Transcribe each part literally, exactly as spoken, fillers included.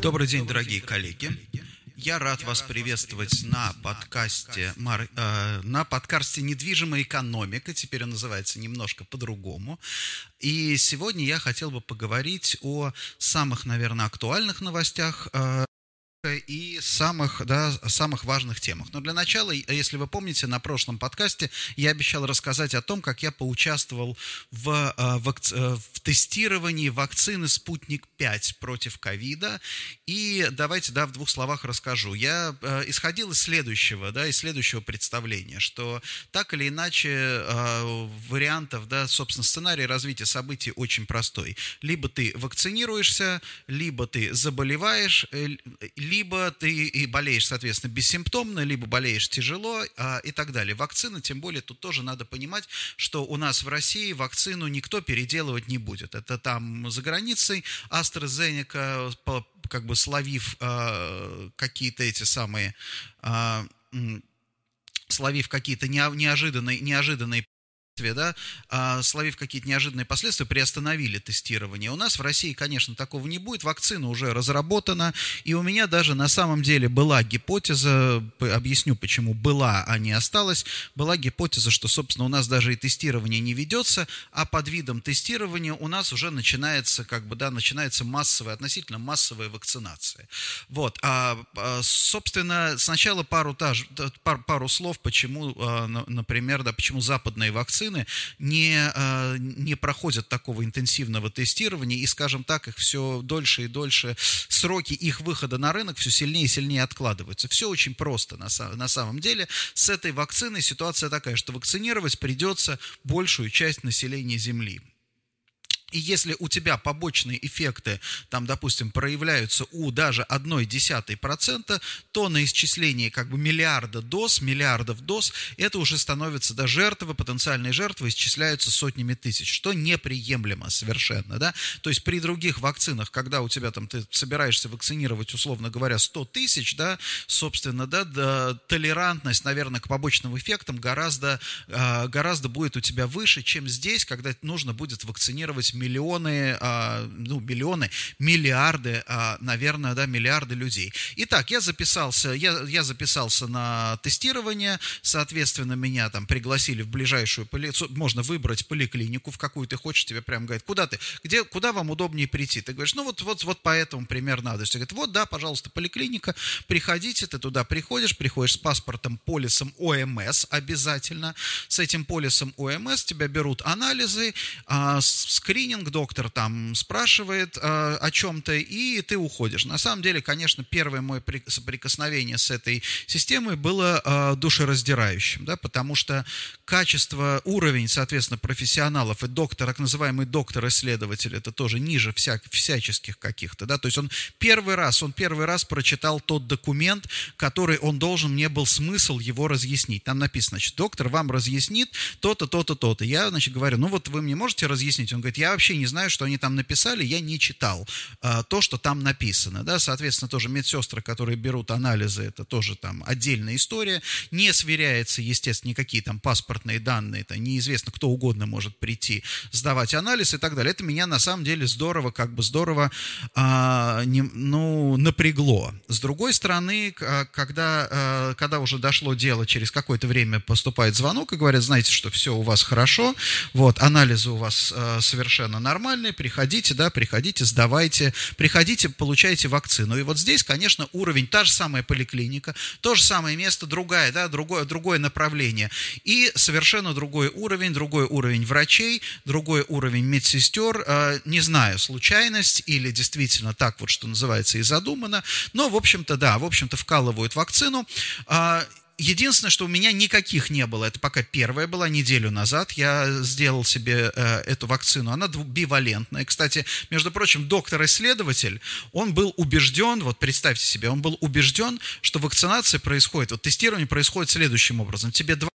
Добрый день, дорогие коллеги. Я рад вас приветствовать на подкасте, э, на подкасте «Недвижимая экономика». Теперь он называется немножко по-другому. И сегодня я хотел бы поговорить о самых, наверное, актуальных новостях э, и самых, да, самых важных темах. Но для начала, если вы помните, на прошлом подкасте я обещал рассказать о том, как я поучаствовал в, в, в тестировании вакцины «Спутник пять» против ковида. И давайте, да, в двух словах расскажу. Я э, исходил из следующего, да, из следующего представления, что так или иначе э, вариантов, да, собственно, сценарий развития событий очень простой. Либо ты вакцинируешься, либо ты заболеваешь, э, либо ты и болеешь, соответственно, бессимптомно, либо болеешь тяжело а, и так далее. Вакцина, тем более, тут тоже надо понимать, что у нас в России вакцину никто переделывать не будет. Это там за границей AstraZeneca, по, как бы словив а, какие-то эти самые, а, словив какие-то неожиданные, неожиданные да, а, словив какие-то неожиданные последствия, приостановили тестирование. У нас в России, конечно, такого не будет. Вакцина уже разработана, и у меня даже на самом деле была гипотеза, объясню, почему была, а не осталась, была гипотеза, что, собственно, у нас даже и тестирование не ведется, а под видом тестирования у нас уже начинается, как бы, да, начинается массовая, относительно массовая вакцинация. Вот, а, собственно, сначала пару, пару, пару слов, почему, например, да, почему западные вакцины Не, не проходят такого интенсивного тестирования, и, скажем так, их все дольше и дольше, сроки их выхода на рынок все сильнее и сильнее откладываются. Все очень просто на, на самом деле. С этой вакциной ситуация такая, что вакцинировать придется большую часть населения Земли. И если у тебя побочные эффекты, там, допустим, проявляются у даже одной десятой процента, то на исчислении как бы миллиарда доз, миллиардов доз, это уже становится, да, жертвы, потенциальные жертвы исчисляются сотнями тысяч, что неприемлемо совершенно, да. То есть при других вакцинах, когда у тебя там, ты собираешься вакцинировать, условно говоря, сто тысяч, да, собственно, да, да, толерантность, наверное, к побочным эффектам гораздо, гораздо будет у тебя выше, чем здесь, когда нужно будет вакцинировать миллионы, ну, миллионы, миллиарды, наверное, да, миллиарды людей. Итак, я записался, я, я записался на тестирование, соответственно, меня там пригласили в ближайшую, можно выбрать поликлинику, в какую ты хочешь, тебе прям говорят, куда ты, где, куда вам удобнее прийти? Ты говоришь, ну, вот, вот, вот по этому примерно адресу. Говорят, вот, да, пожалуйста, поликлиника, приходите, ты туда приходишь, приходишь с паспортом, полисом ОМС обязательно, с этим полисом ОМС тебя берут анализы, скрининг, доктор там спрашивает э, о чем-то, и ты уходишь. На самом деле, конечно, первое мое соприкосновение с этой системой было э, душераздирающим, да, потому что качество, уровень, соответственно, профессионалов и доктор, так называемый доктор-исследователь, это тоже ниже вся, всяческих каких-то, да, то есть он первый раз, он первый раз прочитал тот документ, который он должен мне был смысл его разъяснить. Там написано, значит, доктор вам разъяснит то-то, то-то, то-то. Я, значит, говорю, ну вот вы мне можете разъяснить? Он говорит, я вообще не знаю, что они там написали, я не читал а, то, что там написано, да, соответственно, тоже медсестры, которые берут анализы, это тоже там отдельная история, не сверяется, естественно, никакие там паспортные данные, это неизвестно, кто угодно может прийти, сдавать анализ и так далее, это меня на самом деле здорово, как бы здорово, а, не, ну, напрягло. С другой стороны, когда, а, когда уже дошло дело, через какое-то время поступает звонок и говорят, знаете, что все у вас хорошо, вот, анализы у вас а, совершенно нормальные, приходите, да, приходите, сдавайте, приходите, получайте вакцину. И вот здесь, конечно, уровень, та же самая поликлиника, то же самое место, другая, да, другое, другое направление. И совершенно другой уровень, другой уровень врачей, другой уровень медсестер. Э, не знаю, случайность или действительно так вот, что называется, и задумано. Но, в общем-то, да, в общем-то, вкалывают вакцину. Э, Единственное, что у меня никаких не было, это пока первая была, неделю назад я сделал себе э, эту вакцину, она бивалентная. Кстати, между прочим, доктор-исследователь, он был убежден, вот представьте себе, он был убежден, что вакцинация происходит, вот тестирование происходит следующим образом. Тебе два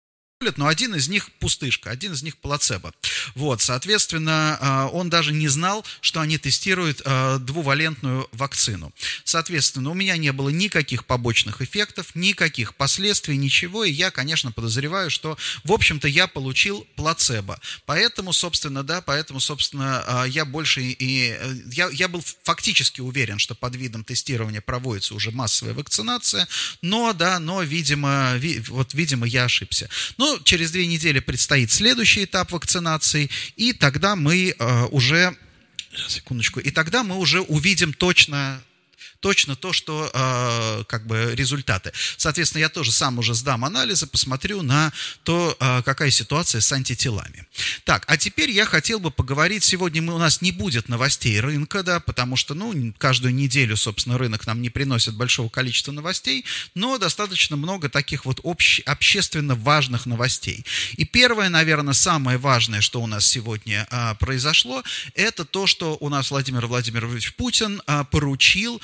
но один из них пустышка, один из них плацебо. Вот, соответственно, он даже не знал, что они тестируют двувалентную вакцину. Соответственно, у меня не было никаких побочных эффектов, никаких последствий, ничего, и я, конечно, подозреваю, что, в общем-то, я получил плацебо. Поэтому, собственно, да, поэтому, собственно, я больше и... Я, я был фактически уверен, что под видом тестирования проводится уже массовая вакцинация, но, да, но, видимо, ви, вот, видимо, я ошибся. Но через две недели предстоит следующий этап вакцинации, и тогда мы э, уже, секундочку, и тогда мы уже увидим точно... точно то, что э, как бы результаты. Соответственно, я тоже сам уже сдам анализы, посмотрю на то, э, какая ситуация с антителами. Так, а теперь я хотел бы поговорить, сегодня мы, у нас не будет новостей рынка, да, потому что, ну, каждую неделю, собственно, рынок нам не приносит большого количества новостей, но достаточно много таких вот общ, общественно важных новостей. И первое, наверное, самое важное, что у нас сегодня э, произошло, это то, что у нас Владимир Владимирович Путин э, поручил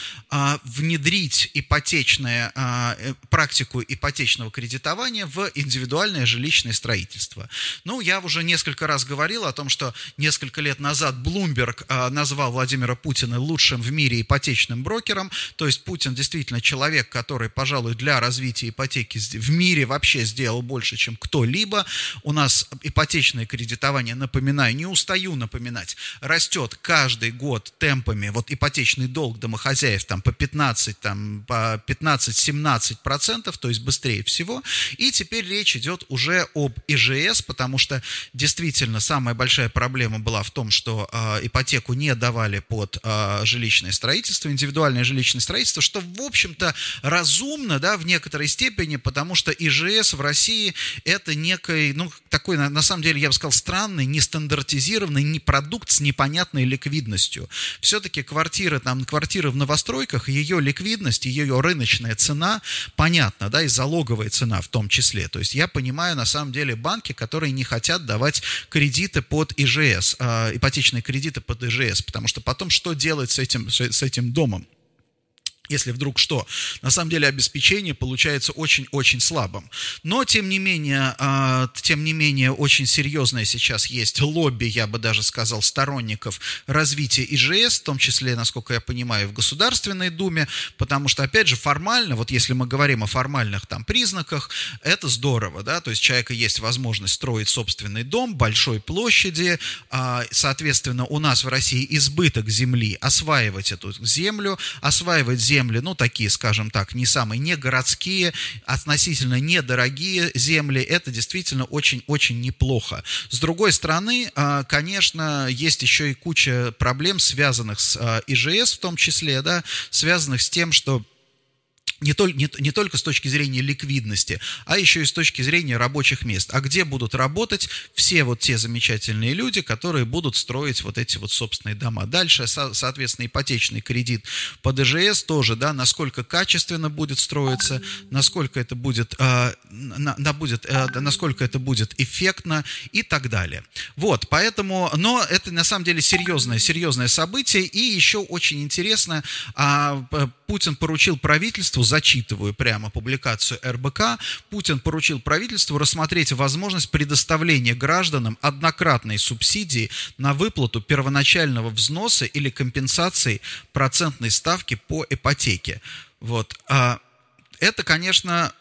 внедрить ипотечное, практику ипотечного кредитования в индивидуальное жилищное строительство. Ну, я уже несколько раз говорил о том, что несколько лет назад Bloomberg назвал Владимира Путина лучшим в мире ипотечным брокером, то есть Путин действительно человек, который, пожалуй, для развития ипотеки в мире вообще сделал больше, чем кто-либо. У нас ипотечное кредитование, напоминаю, не устаю напоминать, растет каждый год темпами, вот ипотечный долг домохозяев там по пятнадцать, там, по пятнадцать-семнадцать процентов, то есть быстрее всего. И теперь речь идет уже об ИЖС, потому что действительно самая большая проблема была в том, что э, ипотеку не давали под э, жилищное строительство, индивидуальное жилищное строительство, что, в общем-то, разумно, да, в некоторой степени, потому что ИЖС в России это некий, ну, такой, на, на самом деле, я бы сказал, странный, нестандартизированный, не продукт с непонятной ликвидностью. Все-таки квартиры, там, квартиры в новостройках, ее ликвидность, ее рыночная цена, понятно, да, и залоговая цена в том числе. То есть я понимаю, на самом деле, банки, которые не хотят давать кредиты под ИЖС, э, ипотечные кредиты под ИЖС, потому что потом что делать с этим, с этим домом? Если вдруг что, на самом деле обеспечение получается очень-очень слабым. Но, тем не менее, э, тем не менее, очень серьезное сейчас есть лобби, я бы даже сказал, сторонников развития ИЖС, в том числе, насколько я понимаю, в Государственной Думе, потому что, опять же, формально, вот если мы говорим о формальных там признаках, это здорово, да, то есть у человека есть возможность строить собственный дом, большой площади, э, соответственно, у нас в России избыток земли, осваивать эту землю, осваивать землю, земли, ну, такие, скажем так, не самые, не городские, относительно недорогие земли, это действительно очень-очень неплохо. С другой стороны, конечно, есть еще и куча проблем, связанных с ИЖС в том числе, да, связанных с тем, что Не, толь, не, не только с точки зрения ликвидности, а еще и с точки зрения рабочих мест. А где будут работать все вот те замечательные люди, которые будут строить вот эти вот собственные дома. Дальше, со, соответственно, ипотечный кредит под ИЖС тоже, да, насколько качественно будет строиться, насколько это будет, э, на, на будет, э, насколько это будет эффектно и так далее. Вот, поэтому, но это на самом деле серьезное, серьезное событие, и еще очень интересно, э, Путин поручил правительству, зачитываю прямо публикацию эр бэ ка, Путин поручил правительству рассмотреть возможность предоставления гражданам однократной субсидии на выплату первоначального взноса или компенсации процентной ставки по ипотеке. Вот. Это, конечно...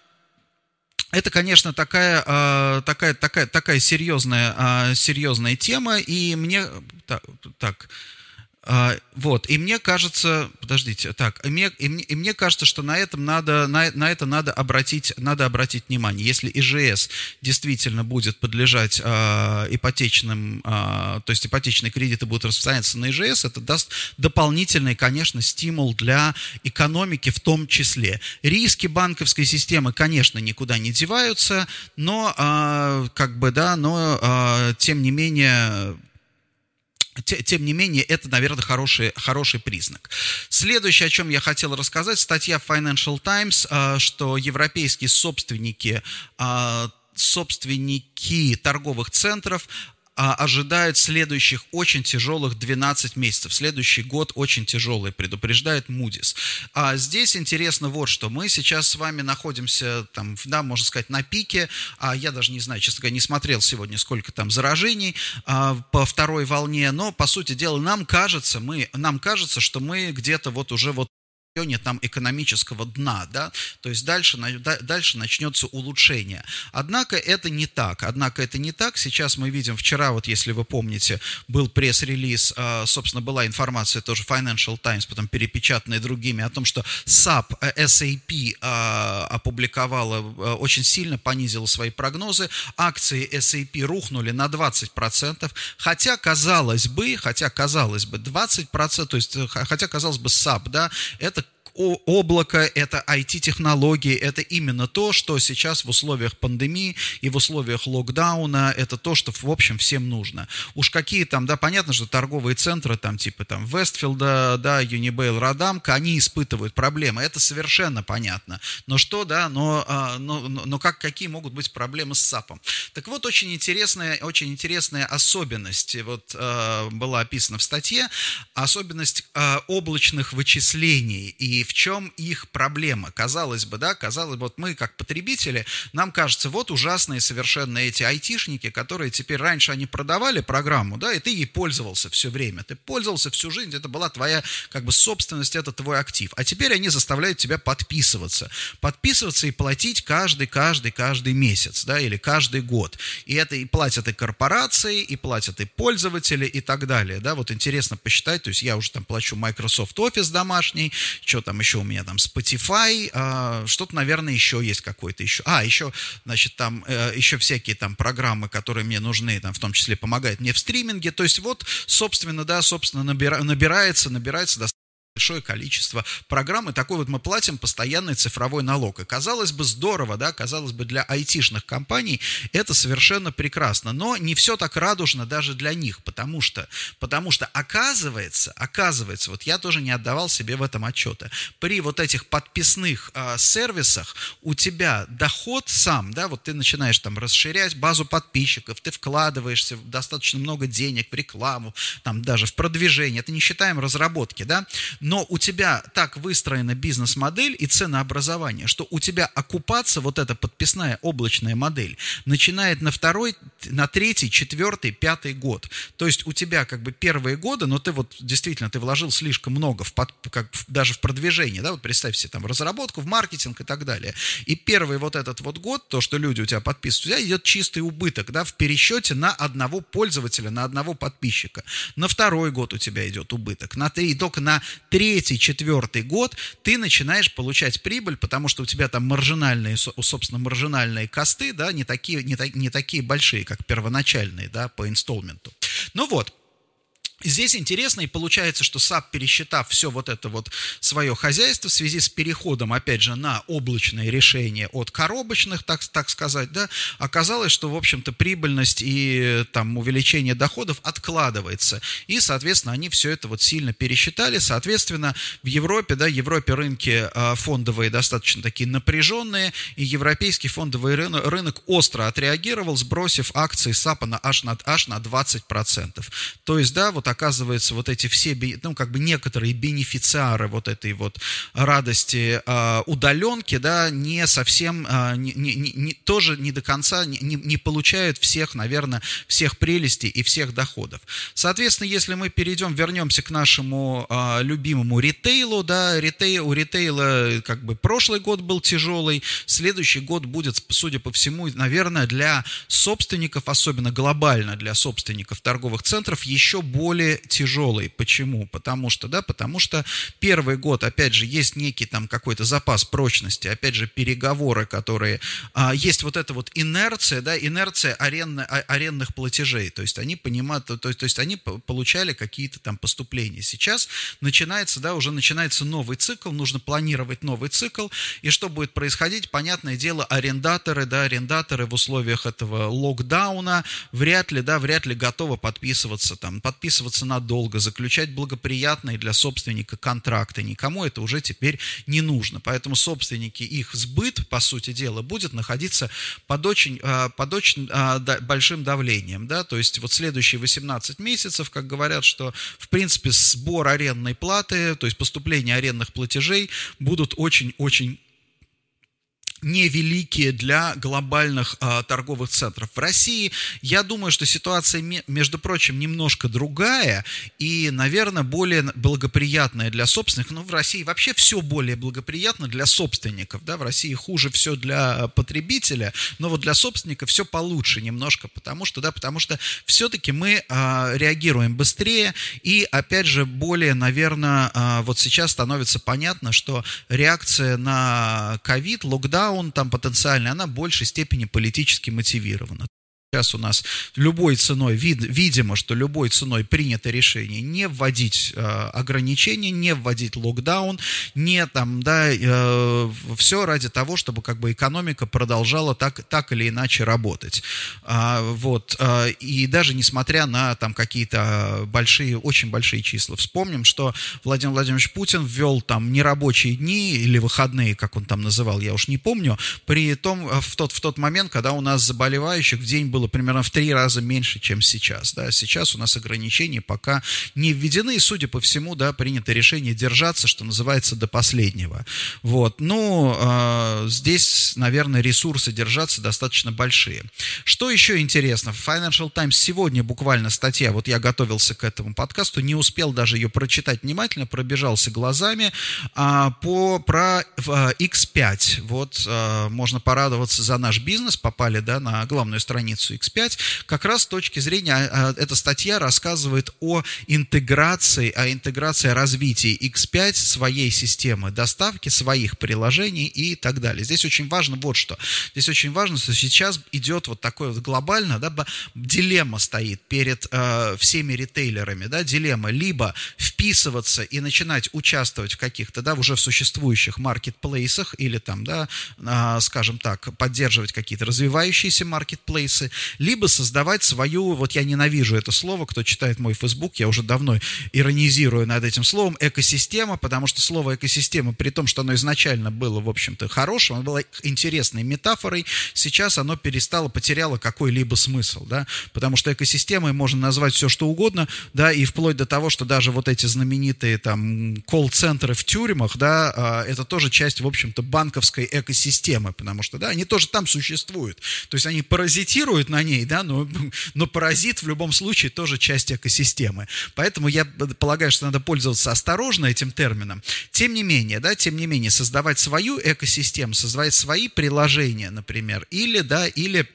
Это, конечно, такая, такая, такая, такая серьезная, серьезная тема, и мне... Так... так Вот, и мне кажется, подождите, так, и мне, и мне, и мне кажется, что на этом надо, на, на это надо обратить, надо обратить внимание. Если ИЖС действительно будет подлежать э, ипотечным, э, то есть ипотечные кредиты будут распространяться на ИЖС, это даст дополнительный, конечно, стимул для экономики в том числе. Риски банковской системы, конечно, никуда не деваются, но, э, как бы, да, но, э, тем не менее... Тем не менее, это, наверное, хороший, хороший признак. Следующее, о чем я хотел рассказать, статья в Financial Times, что европейские собственники, собственники торговых центров а, ожидают следующих очень тяжелых двенадцать месяцев. Следующий год очень тяжелый, предупреждает Moody's. А здесь интересно вот что. Мы сейчас с вами находимся, там, да, можно сказать, на пике. А я даже не знаю, честно говоря, не смотрел сегодня, сколько там заражений а, по второй волне. Но, по сути дела, нам кажется, мы, нам кажется, что мы где-то вот уже вот там экономического дна, да, то есть дальше, дальше начнется улучшение. Однако это не так, однако это не так. Сейчас мы видим, вчера, вот если вы помните, был пресс-релиз, собственно, была информация тоже Financial Times, потом перепечатанная другими, о том, что сап, эс эй пи опубликовала, очень сильно понизила свои прогнозы, акции эс эй пи рухнули на двадцать процентов, хотя, казалось бы, хотя, казалось бы, двадцать процентов, то есть, хотя, казалось бы, сап, да, это облако, это ай ти-технологии, это именно то, что сейчас в условиях пандемии и в условиях локдауна, это то, что, в общем, всем нужно. Уж какие там, да, понятно, что торговые центры, там, типа, там, Вестфилда, да, Юнибейл, Родамка, они испытывают проблемы, это совершенно понятно. Но что, да, но, но, но как, какие могут быть проблемы с сапом? Так вот, очень интересная, очень интересная особенность, вот, была описана в статье, особенность облачных вычислений и в чем их проблема? Казалось бы, да, казалось бы, вот мы как потребители, нам кажется, вот ужасные совершенно эти айтишники, которые теперь раньше они продавали программу, да, и ты ей пользовался все время, ты пользовался всю жизнь, это была твоя как бы собственность, это твой актив, а теперь они заставляют тебя подписываться, подписываться и платить каждый, каждый, каждый месяц, да, или каждый год, и это и платят и корпорации, и платят и пользователи, и так далее, да, вот интересно посчитать, то есть я уже там плачу Microsoft Office домашний, что там еще у меня там Spotify, а, что-то, наверное, еще есть какое-то еще. А, еще, значит, там э, еще всякие там программы, которые мне нужны, там, в том числе помогают мне в стриминге. То есть вот, собственно, да, собственно, набира, набирается, набирается достаточно большое количество программ, и такой вот мы платим постоянный цифровой налог. И казалось бы здорово, да, казалось бы для айтишных компаний это совершенно прекрасно, но не все так радужно даже для них, потому что, потому что оказывается, оказывается, вот я тоже не отдавал себе в этом отчета, при вот этих подписных э, сервисах у тебя доход сам, да, вот ты начинаешь там расширять базу подписчиков, ты вкладываешься в достаточно много денег в рекламу, там даже в продвижение, это не считаем разработки, да, но у тебя так выстроена бизнес-модель и ценообразование, что у тебя окупаться, вот эта подписная облачная модель, начинает на второй, на третий, четвертый, пятый год. То есть у тебя как бы первые годы, но ты вот действительно, ты вложил слишком много, в под, как, даже в продвижение, да, вот представь себе там в разработку, в маркетинг и так далее. И первый вот этот вот год, то, что люди у тебя подписывают, у тебя идет чистый убыток, да, в пересчете на одного пользователя, на одного подписчика. На второй год у тебя идет убыток, на три, только на третий, четвертый год ты начинаешь получать прибыль, потому что у тебя там маржинальные, собственно, маржинальные косты, да, не такие, не, не такие большие, как первоначальные, да, по инсталменту. Ну вот. Здесь интересно, и получается, что сап, пересчитав все вот это вот свое хозяйство в связи с переходом, опять же, на облачные решения от коробочных, так, так сказать, да, оказалось, что, в общем-то, прибыльность и там увеличение доходов откладывается. И, соответственно, они все это вот сильно пересчитали. Соответственно, в Европе, да, в Европе рынки э, фондовые достаточно такие напряженные, и европейский фондовый рынок, рынок остро отреагировал, сбросив акции сапа на, аж, на, аж на двадцать процентов. То есть, да, вот оказывается, вот эти все, ну, как бы некоторые бенефициары вот этой вот радости э, удаленки, да, не совсем, э, не, не, не, тоже не до конца, не, не получают всех, наверное, всех прелестей и всех доходов. Соответственно, если мы перейдем, вернемся к нашему э, любимому ритейлу, да, ритейл, у ритейла как бы прошлый год был тяжелый, следующий год будет, судя по всему, наверное, для собственников, особенно глобально для собственников торговых центров, еще более тяжелый. Почему? Потому что, да, потому что первый год, опять же, есть некий там какой-то запас прочности, опять же, переговоры, которые... А, есть вот эта вот инерция, да, инерция арендно, а, арендных платежей, то есть они понимают, то, то, то есть они получали какие-то там поступления. Сейчас начинается, да, уже начинается новый цикл, нужно планировать новый цикл, и что будет происходить? Понятное дело, арендаторы, да, арендаторы в условиях этого локдауна вряд ли, да, вряд ли готовы подписываться там, подписываться пользоваться надолго, заключать благоприятные для собственника контракты. Никому это уже теперь не нужно. Поэтому собственники, их сбыт, по сути дела, будет находиться под очень, под очень большим давлением. Да? То есть вот следующие восемнадцать месяцев, как говорят, что в принципе сбор арендной платы, то есть поступление арендных платежей будут очень-очень невеликие для глобальных а, торговых центров. В России, я думаю, что ситуация, между прочим, немножко другая и, наверное, более благоприятная для собственников. Ну, в России вообще все более благоприятно для собственников. Да? В России хуже все для потребителя, но вот для собственника все получше немножко, потому что, да, потому что все-таки мы а, реагируем быстрее и, опять же, более, наверное, а, вот сейчас становится понятно, что реакция на ковид, локдаун, он там потенциально, она в большей степени политически мотивирована. Сейчас у нас любой ценой, вид, видимо, что любой ценой принято решение не вводить э, ограничения, не вводить локдаун, не там, да, э, все ради того, чтобы как бы экономика продолжала так, так или иначе работать. А, вот, э, и даже несмотря на там какие-то большие, очень большие числа. Вспомним, что Владимир Владимирович Путин ввел там нерабочие дни или выходные, как он там называл, я уж не помню, при том, в тот, в тот момент, когда у нас заболевающих в день было было примерно в три раза меньше, чем сейчас. Да. Сейчас у нас ограничения пока не введены, и, судя по всему, да, принято решение держаться, что называется, до последнего. Вот. Ну, э, здесь, наверное, ресурсы держаться достаточно большие. Что еще интересно? В Financial Times сегодня буквально статья, вот я готовился к этому подкасту, не успел даже ее прочитать внимательно, пробежался глазами, э, по, про э, икс пять. Вот, э, можно порадоваться за наш бизнес, попали, да, на главную страницу икс пять, как раз с точки зрения, эта статья рассказывает о интеграции, о интеграции развития икс пять, своей системы доставки, своих приложений и так далее. Здесь очень важно вот что. Здесь очень важно, что сейчас идет вот такое вот глобально, да, дилемма стоит перед э, всеми ритейлерами, да, дилемма либо вписываться и начинать участвовать в каких-то, да, уже в существующих маркетплейсах или там, да, э, скажем так, поддерживать какие-то развивающиеся маркетплейсы, либо создавать свою, вот я ненавижу это слово, кто читает мой Facebook, я уже давно иронизирую над этим словом, экосистема, потому что слово экосистема, при том, что оно изначально было, в общем-то, хорошим, оно было интересной метафорой, сейчас оно перестало, потеряло какой-либо смысл, да, потому что экосистемой можно назвать все, что угодно, да, и вплоть до того, что даже вот эти знаменитые там колл-центры в тюрьмах, да, это тоже часть, в общем-то, банковской экосистемы, потому что, да, они тоже там существуют, то есть они паразитируют на ней, да, но, но паразит в любом случае тоже часть экосистемы. Поэтому я полагаю, что надо пользоваться осторожно этим термином. Тем не менее, да, тем не менее, создавать свою экосистему, создавать свои приложения, например, или, да, или...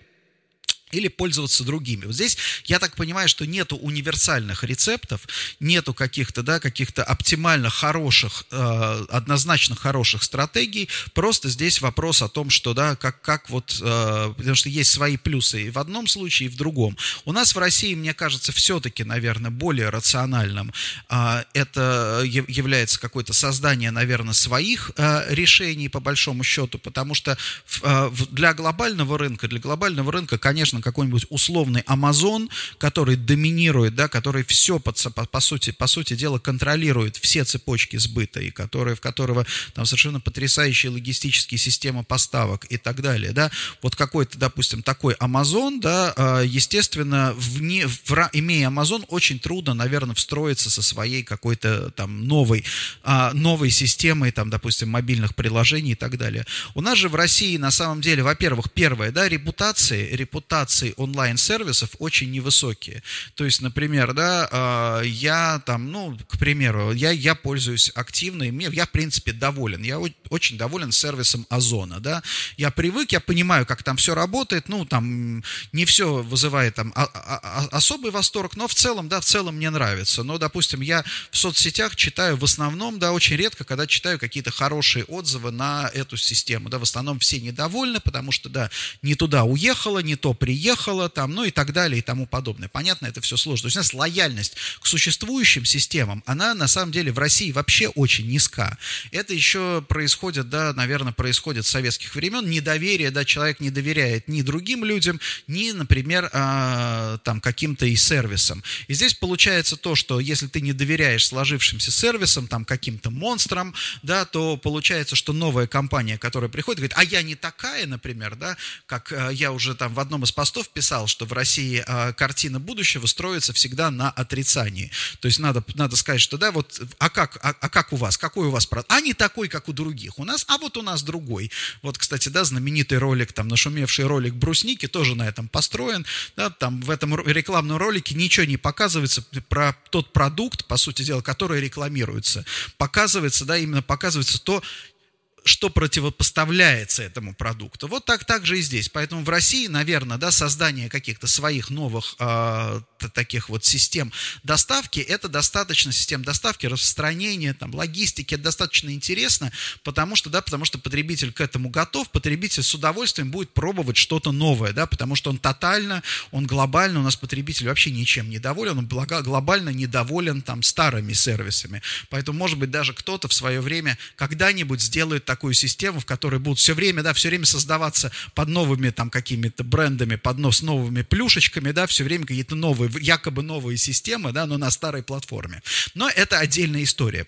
или пользоваться другими. Вот здесь, я так понимаю, что нету универсальных рецептов, нету каких-то, да, каких-то оптимально хороших, э, однозначно хороших стратегий, просто здесь вопрос о том, что, да, как, как вот, э, потому что есть свои плюсы и в одном случае, и в другом. У нас в России, мне кажется, все-таки, наверное, более рациональным э, это является какое-то создание, наверное, своих э, решений, по большому счету, потому что э, для глобального рынка, для глобального рынка, конечно, какой-нибудь условный Amazon, который доминирует, да, который все, по, по, по, сути, по сути дела, контролирует все цепочки сбыта, и который, в которого там совершенно потрясающие логистические системы поставок и так далее, да, вот какой-то, допустим, такой Amazon, да, естественно, вне, в, имея Amazon, очень трудно, наверное, встроиться со своей какой-то там новой, новой системой, там, допустим, мобильных приложений и так далее. У нас же в России, на самом деле, во-первых, первое, да, репутации, репутации онлайн-сервисов очень невысокие. То есть, например, да, я там, ну, к примеру, я, я пользуюсь активно, и мне, я, в принципе, доволен. Я очень доволен сервисом Озона, да. Я привык, я понимаю, как там все работает, ну, там не все вызывает там а, а, особый восторг, но в целом, да, в целом мне нравится. Но, допустим, я в соцсетях читаю в основном, да, очень редко, когда читаю какие-то хорошие отзывы на эту систему, да, в основном все недовольны, потому что, да, не туда уехала, не то приехала, переехало, там, ну и так далее и тому подобное. Понятно, это все сложно. То есть у нас лояльность к существующим системам, она на самом деле в России вообще очень низка. Это еще происходит, да, наверное, происходит с советских времен. Недоверие, да, человек не доверяет ни другим людям, ни, например, а, там, каким-то и сервисам. И здесь получается то, что если ты не доверяешь сложившимся сервисам, там, каким-то монстрам, да, то получается, что новая компания, которая приходит, говорит, а я не такая, например, да, как а, я уже там в одном из постов писал, что в России а, картина будущего строится всегда на отрицании. То есть надо, надо сказать, что да, вот, а как, а, а как у вас, какой у вас продукт? А не такой, как у других. У нас, а вот у нас другой. Вот, кстати, да, знаменитый ролик, там, нашумевший ролик брусники тоже на этом построен, да, там в этом рекламном ролике ничего не показывается про тот продукт, по сути дела, который рекламируется. Показывается, да, именно показывается то, что противопоставляется этому продукту. Вот так, так же и здесь. Поэтому в России, наверное, да, создание каких-то своих новых э, таких вот систем доставки, это достаточно, систем доставки, распространения, там, логистики, это достаточно интересно, потому что, да, потому что потребитель к этому готов, потребитель с удовольствием будет пробовать что-то новое, да, потому что он тотально, он глобально, у нас потребитель вообще ничем не доволен, он глобально недоволен там старыми сервисами. Поэтому, может быть, даже кто-то в свое время когда-нибудь сделает такую систему, в которой будут все время, да, все время создаваться под новыми там какими-то брендами, под с новыми плюшечками, да, все время какие-то новые, якобы новые системы, да, но на старой платформе. Но это отдельная история.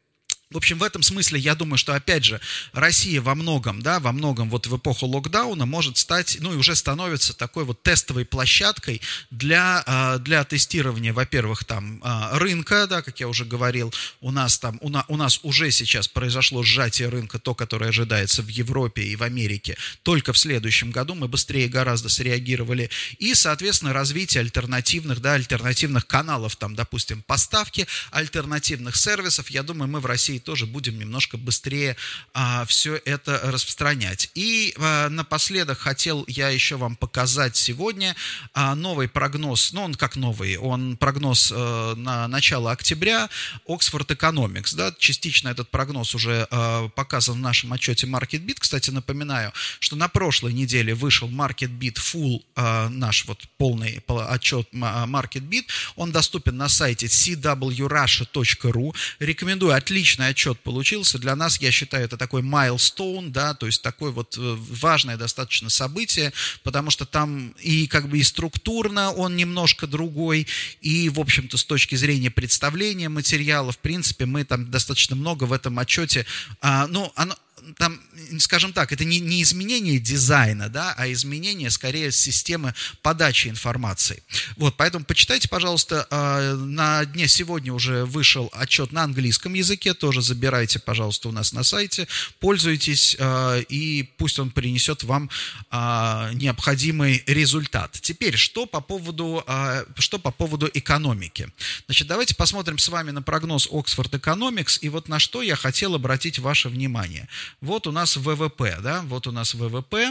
В общем, в этом смысле, я думаю, что, опять же, Россия во многом, да, во многом вот в эпоху локдауна может стать, ну и уже становится такой вот тестовой площадкой для, для тестирования, во-первых, там, рынка, да, как я уже говорил, у нас там, у, на, у нас уже сейчас произошло сжатие рынка, то, которое ожидается в Европе и в Америке, только в следующем году, мы быстрее гораздо среагировали, и, соответственно, развитие альтернативных, да, альтернативных каналов, там, допустим, поставки, альтернативных сервисов, я думаю, мы в России тоже будем немножко быстрее а, все это распространять. И а, напоследок хотел я еще вам показать сегодня а, новый прогноз, ну он как новый, он прогноз а, на начало октября, Oxford Economics, да, частично этот прогноз уже а, показан в нашем отчете MarketBeat. Кстати, напоминаю, что на прошлой неделе вышел MarketBeat Full, а, наш вот полный отчет MarketBeat, он доступен на сайте си дабл ю раша точка ру, рекомендую, отличный отчет получился. Для нас, я считаю, это такой milestone, да, то есть такое вот важное достаточно событие, потому что там и как бы и структурно он немножко другой, и, в общем-то, с точки зрения представления материала, в принципе, мы там достаточно много в этом отчете, а, ну, оно, там, скажем так, это не, не изменение дизайна, да, а изменение, скорее, системы подачи информации. Вот, поэтому почитайте, пожалуйста, на дне сегодня уже вышел отчет на английском языке, тоже забирайте, пожалуйста, у нас на сайте, пользуйтесь, и пусть он принесет вам необходимый результат. Теперь, что по поводу, что по поводу экономики? Значит, давайте посмотрим с вами на прогноз Oxford Economics, и вот на что я хотел обратить ваше внимание. Вот у нас ВВП, да, вот у нас ВВП,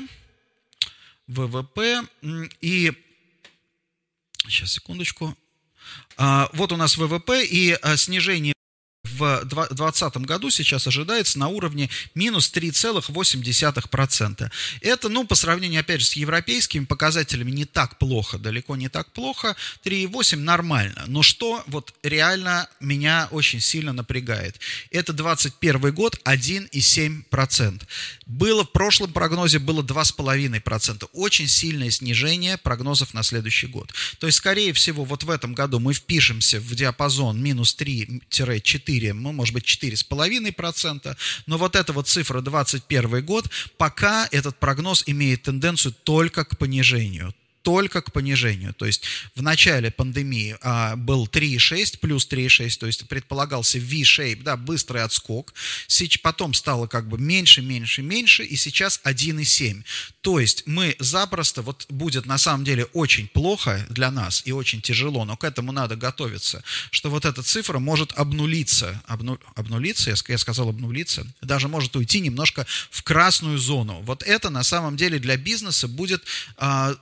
ВВП, и, сейчас, секундочку, вот у нас ВВП, и снижение в двадцатом году сейчас ожидается на уровне минус три целых восемь десятых процента. Это, ну, по сравнению, опять же, с европейскими показателями не так плохо, далеко не так плохо, три целых восемь десятых нормально. Но что вот реально меня очень сильно напрягает? Это двадцать первый год, один целых семь десятых процента. Было в прошлом прогнозе было два целых пять десятых процента. Очень сильное снижение прогнозов на следующий год. То есть, скорее всего, вот в этом году мы впишемся в диапазон минус три - четыре, мы, может быть, четыре целых пять десятых процента, но вот эта вот цифра двадцать первый год, пока этот прогноз имеет тенденцию только к понижению. Только к понижению. То есть в начале пандемии а, был три целых шесть, плюс три целых шесть, то есть предполагался V-shape, да, быстрый отскок. Сейчас, потом стало как бы меньше, меньше, меньше, и сейчас один целых семь. То есть мы запросто, вот будет на самом деле очень плохо для нас и очень тяжело, но к этому надо готовиться, что вот эта цифра может обнулиться, обну, обнулиться, я, я сказал обнулиться, даже может уйти немножко в красную зону. Вот это на самом деле для бизнеса будет а, серьезно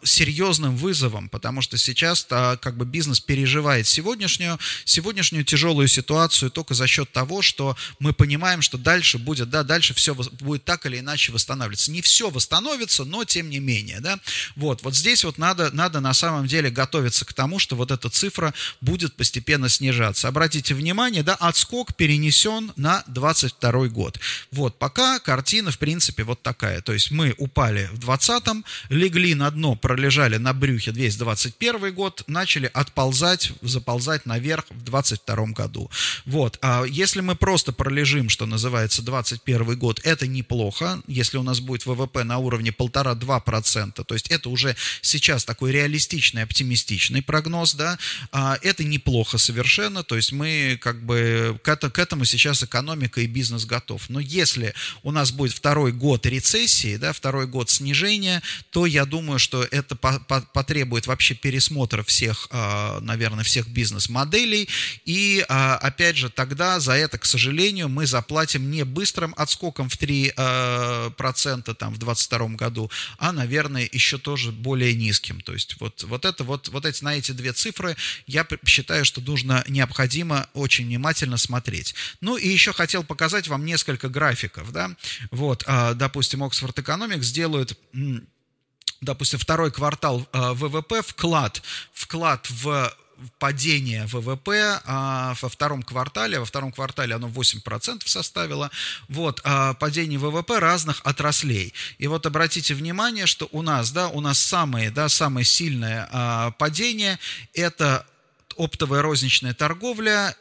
серьезным вызовом, потому что сейчас как бы бизнес переживает сегодняшнюю, сегодняшнюю тяжелую ситуацию только за счет того, что мы понимаем, что дальше будет, да, дальше все будет так или иначе восстанавливаться. Не все восстановится, но тем не менее, да. Вот, вот здесь вот надо, надо на самом деле готовиться к тому, что вот эта цифра будет постепенно снижаться. Обратите внимание, да, отскок перенесен на двадцать второй год. Вот, пока картина, в принципе, вот такая. То есть мы упали в двадцатом, легли на дно, пролежали на брюхе двести двадцать первый год, начали отползать, заползать наверх в двадцать втором году. Вот, а если мы просто пролежим, что называется, двадцать первый год, это неплохо. Если у нас будет ВВП на уровне полтора-два процента, то есть это уже сейчас такой реалистичный, оптимистичный прогноз, да, а это неплохо совершенно, то есть мы как бы к, это, к этому сейчас экономика и бизнес готов. Но если у нас будет второй год рецессии, да, второй год снижения, то я думаю, что это по, по, потребует вообще пересмотра всех, наверное, всех бизнес-моделей, и опять же тогда за это, к сожалению, мы заплатим не быстрым отскоком в три процента там в двадцать втором году, а, наверное, еще тоже более низким. То есть вот, вот это вот, вот эти, на эти две цифры я считаю, что нужно, необходимо очень внимательно смотреть. Ну и еще хотел показать вам несколько графиков, да, вот, допустим, Oxford Economics делают, допустим, второй квартал ВВП, вклад, вклад в падение ВВП а, во втором квартале, во втором квартале оно восемь процентов составило, вот, а, падение ВВП разных отраслей. И вот обратите внимание, что у нас, да, у нас самое, да, самое сильное а, падение – это оптовая розничная торговля,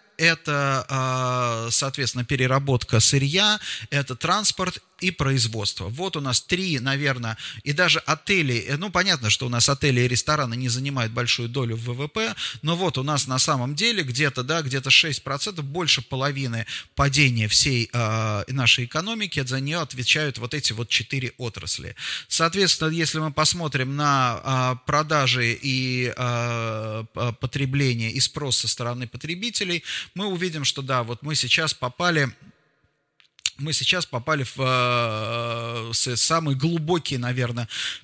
это, соответственно, переработка сырья, это транспорт и производство. Вот у нас три, наверное, и даже отели, ну, понятно, что у нас отели и рестораны не занимают большую долю в ВВП, но вот у нас на самом деле где-то, да, где-то шесть процентов, больше половины падения всей э, нашей экономики, за нее отвечают вот эти вот четыре отрасли. Соответственно, если мы посмотрим на э, продажи и э, потребление и спрос со стороны потребителей, мы увидим, что да, вот мы сейчас попали... Мы сейчас попали в э, самый глубокий, наверное,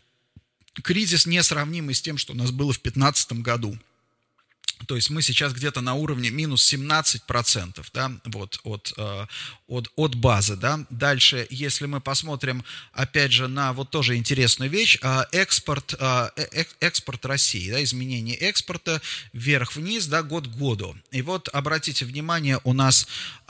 кризис, несравнимый с тем, что у нас было в две тысячи пятнадцатом году. То есть мы сейчас где-то на уровне минус семнадцать процентов, да, вот, от, от, от базы. Да. Дальше, если мы посмотрим, опять же, на вот тоже интересную вещь, экспорт, экспорт России, да, изменение экспорта вверх-вниз, да, год к году. И вот обратите внимание, у нас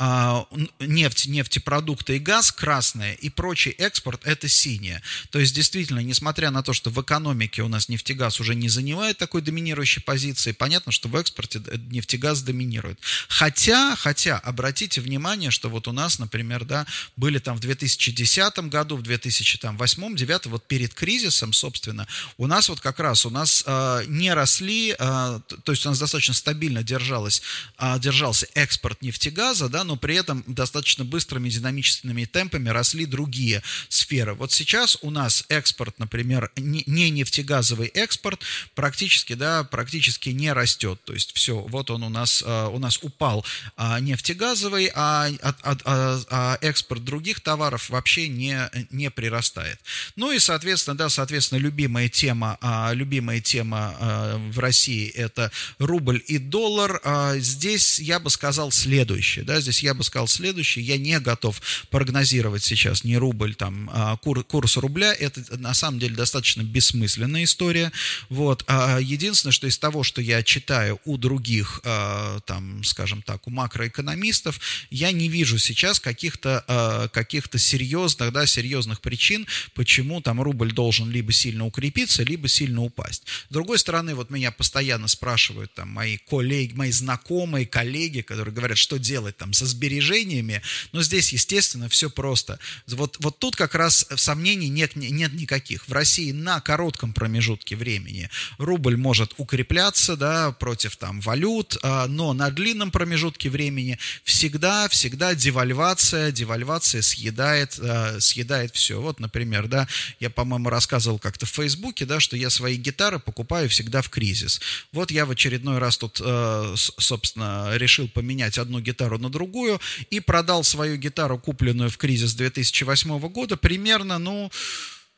нефть, нефтепродукты и газ красные, и прочий экспорт это синее. То есть действительно, несмотря на то, что в экономике у нас нефтегаз уже не занимает такой доминирующей позиции, понятно, что в экспорте нефтегаз доминирует. Хотя, хотя, обратите внимание, что вот у нас, например, да, были там в две тысячи десятом году, в две тысячи восьмом-две тысячи девятом, вот перед кризисом, собственно, у нас вот как раз, у нас э, не росли, э, то есть у нас достаточно стабильно держалось, э, держался экспорт нефтегаза, да, но при этом достаточно быстрыми динамическими темпами росли другие сферы. Вот сейчас у нас экспорт, например, не, не нефтегазовый экспорт практически, да, практически не растет. То есть все, вот он у нас, у нас упал нефтегазовый, а, а, а, а экспорт других товаров вообще не, не прирастает. Ну и, соответственно, да, соответственно, любимая тема, любимая тема в России это рубль и доллар. Здесь я бы сказал следующее, да, здесь я бы сказал следующее, я не готов прогнозировать сейчас ни рубль, там, кур, курс рубля, это на самом деле достаточно бессмысленная история. Вот. Единственное, что из того, что я читаю у других, там, скажем так, у макроэкономистов, я не вижу сейчас каких-то, каких-то серьезных, да, серьезных причин, почему там рубль должен либо сильно укрепиться, либо сильно упасть. С другой стороны, вот меня постоянно спрашивают там мои коллеги, мои знакомые, коллеги, которые говорят, что делать там со сбережениями, но здесь, естественно, все просто. Вот, вот тут как раз сомнений нет, нет никаких. В России на коротком промежутке времени рубль может укрепляться, да, против там валют, но на длинном промежутке времени всегда, всегда девальвация, девальвация съедает, съедает все. Вот, например, да, я, по-моему, рассказывал как-то в Фейсбуке, да, что я свои гитары покупаю всегда в кризис. Вот я в очередной раз тут, собственно, решил поменять одну гитару на другую и продал свою гитару, купленную в кризис две тысячи восьмого года, примерно, ну,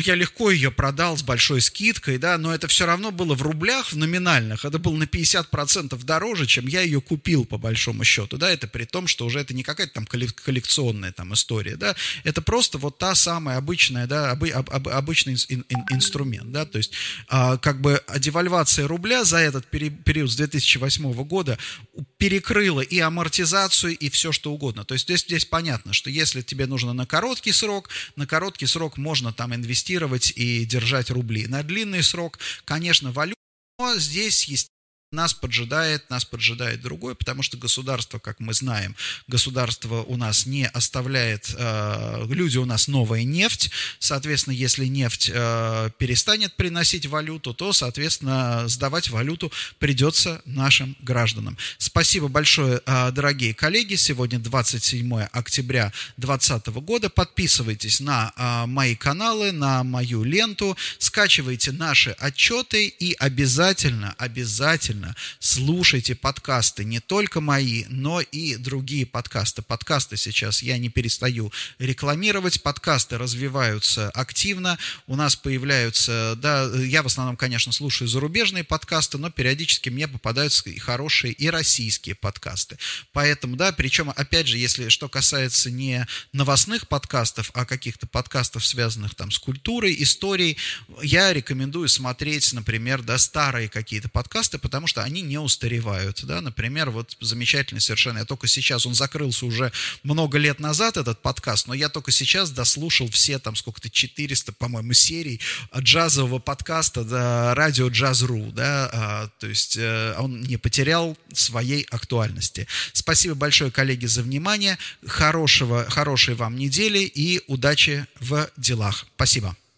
ну, я легко ее продал с большой скидкой, да, но это все равно было в рублях, в номинальных, это было на пятьдесят процентов дороже, чем я ее купил, по большому счету, да, это при том, что уже это не какая-то там коллекционная там история, да, это просто вот та самая обычная, да, обы, об, об, обычный ин, ин, инструмент, да, то есть а, как бы девальвация рубля за этот пери, период с две тысячи восьмого года перекрыла и амортизацию, и все что угодно, то есть здесь, здесь понятно, что если тебе нужно на короткий срок, на короткий срок можно там инвестировать и держать рубли, на длинный срок, конечно, валюта, но здесь, естественно, нас поджидает, нас поджидает другое, потому что государство, как мы знаем, государство у нас не оставляет, э, люди у нас новая нефть, соответственно, если нефть э, перестанет приносить валюту, то, соответственно, сдавать валюту придется нашим гражданам. Спасибо большое, э, дорогие коллеги, сегодня двадцать седьмое октября две тысячи двадцатого года, подписывайтесь на э, мои каналы, на мою ленту, скачивайте наши отчеты и обязательно, обязательно слушайте подкасты, не только мои, но и другие подкасты. Подкасты сейчас я не перестаю рекламировать, подкасты развиваются активно, у нас появляются, да, я в основном, конечно, слушаю зарубежные подкасты, но периодически мне попадаются и хорошие, и российские подкасты. Поэтому, да, причем, опять же, если что касается не новостных подкастов, а каких-то подкастов, связанных там с культурой, историей, я рекомендую смотреть, например, да, старые какие-то подкасты, потому что они не устаревают, да, например, вот замечательный совершенно, я только сейчас, он закрылся уже много лет назад, этот подкаст, но я только сейчас дослушал все там сколько-то четыреста, по-моему, серий джазового подкаста, да, радио Джаз.ру, да, а, то есть а, он не потерял своей актуальности. Спасибо большое, коллеги, за внимание, хорошего, хорошей вам недели и удачи в делах. Спасибо.